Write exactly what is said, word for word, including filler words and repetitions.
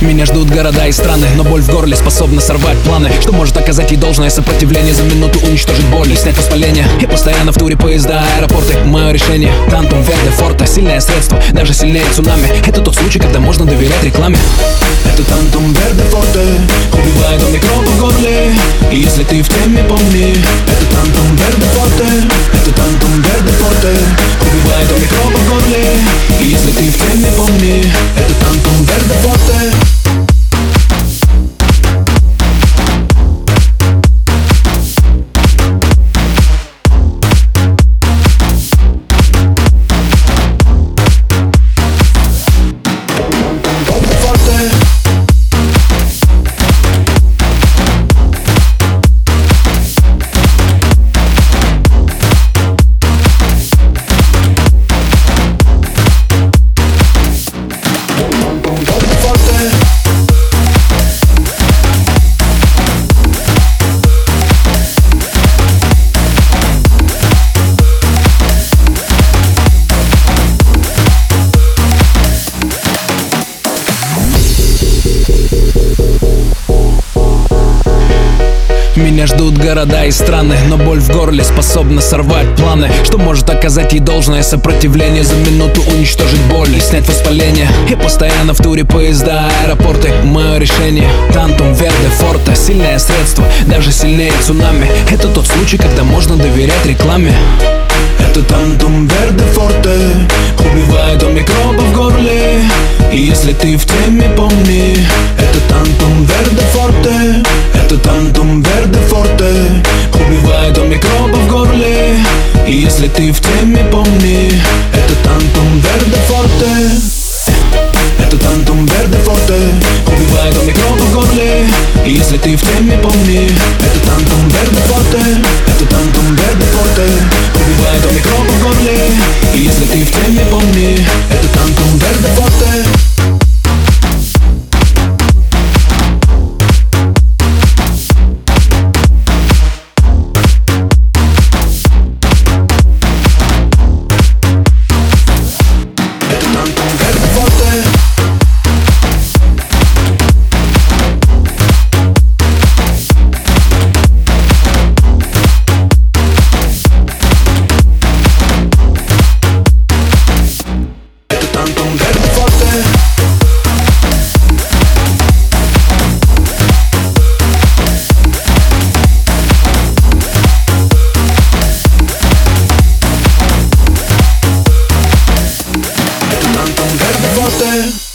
Меня ждут города и страны, но боль в горле способна сорвать планы. Что может оказать ей должное сопротивление, за минуту уничтожить боль и снять воспаление. Я постоянно в туре поезда, аэропорты. Мое решение Тантум Верде Форте. Сильное средство, даже сильнее цунами. Это тот случай, когда можно доверять рекламе. Это Тантум Верде Форте, убивает он микробы в горле. И если ты в теме, помни, это Тантум Верде Форте. Это Тантум Верде Форте, убивает он микробы в горле. И если ты в теме, помни, это Тантум Верде Форте. Меня ждут города и страны, но боль в горле способна сорвать планы. Что может оказать ей должное сопротивление, за минуту уничтожить боль и снять воспаление. Я постоянно в туре поезда, аэропорты. Мое решение Тантум Верде Форте. Сильное средство, даже сильнее цунами. Это тот случай, когда можно доверять рекламе. Это Тантум Верде Форте, убивает он микробы в горле. И если ты в теме, помни, это Тантум Верде Форте. Это Тантум Верде Форте, убивает он микробы в горле. И если ты в теме, помни, это Тантум Верде Форте. Это Тантум Верде Форте, убивает он микробы в горле. И если ты в теме, помни, это Тантум Верде Форте. Это Тантум Верде Форте, убивает он микробы в горле. И если ты в теме, помни, это Тантум Верде Форте. Tantrum Verbe Forte. Tantrum Verbe Forte.